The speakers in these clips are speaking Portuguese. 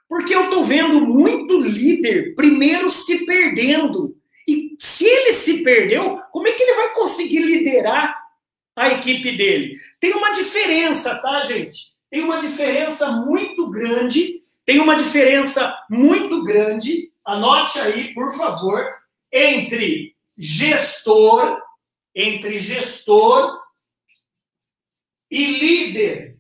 Porque eu estou vendo muito líder primeiro se perdendo. E se ele se perdeu, como é que ele vai conseguir liderar a equipe dele? Tem uma diferença, tá, gente? Tem uma diferença muito grande. Tem uma diferença muito grande. Anote aí, por favor, entre gestor e líder.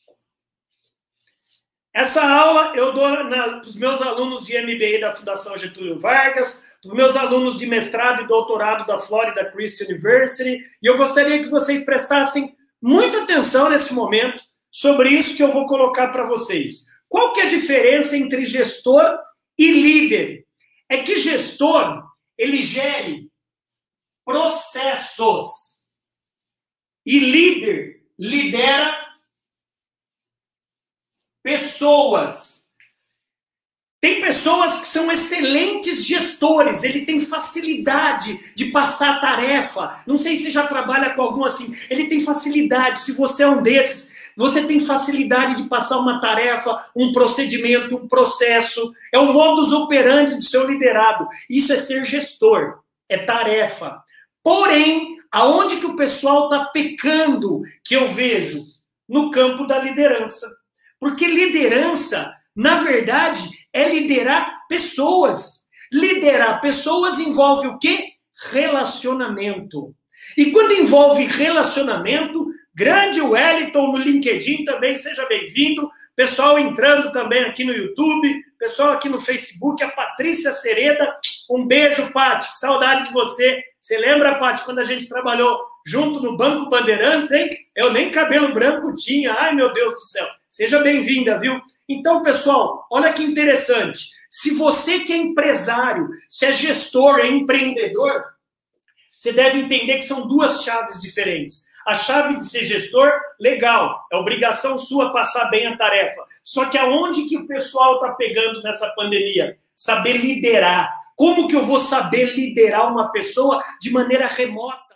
Essa aula eu dou para os meus alunos de MBA da Fundação Getúlio Vargas, para os meus alunos de mestrado e doutorado da Florida Christian University, e eu gostaria que vocês prestassem muita atenção nesse momento sobre isso que eu vou colocar para vocês. Qual que é a diferença entre gestor e líder? É que gestor, ele gere processos, e líder lidera pessoas. Tem pessoas que são excelentes gestores, ele tem facilidade de passar a tarefa. Não sei se já trabalha com algum assim. Ele tem facilidade, se você é um desses, você tem facilidade de passar uma tarefa, um procedimento, um processo. É o modus operandi do seu liderado. Isso é ser gestor, é tarefa. Porém, aonde que o pessoal está pecando, que eu vejo? No campo da liderança. Porque liderança, na verdade, é liderar pessoas. Liderar pessoas envolve o quê? Relacionamento. E quando envolve relacionamento, grande Wellington no LinkedIn também, seja bem-vindo. Pessoal entrando também aqui no YouTube, pessoal aqui no Facebook, a Patrícia Sereda. Um beijo, Paty, que saudade de você. Você lembra, Paty, quando a gente trabalhou junto no Banco Bandeirantes, hein? Eu nem cabelo branco tinha. Ai, meu Deus do céu. Seja bem-vinda, viu? Então, pessoal, olha que interessante. Se você que é empresário, se é gestor, é empreendedor, você deve entender que são duas chaves diferentes. A chave de ser gestor, legal, é obrigação sua passar bem a tarefa. Só que aonde que o pessoal está pegando nessa pandemia? Saber liderar. Como que eu vou saber liderar uma pessoa de maneira remota?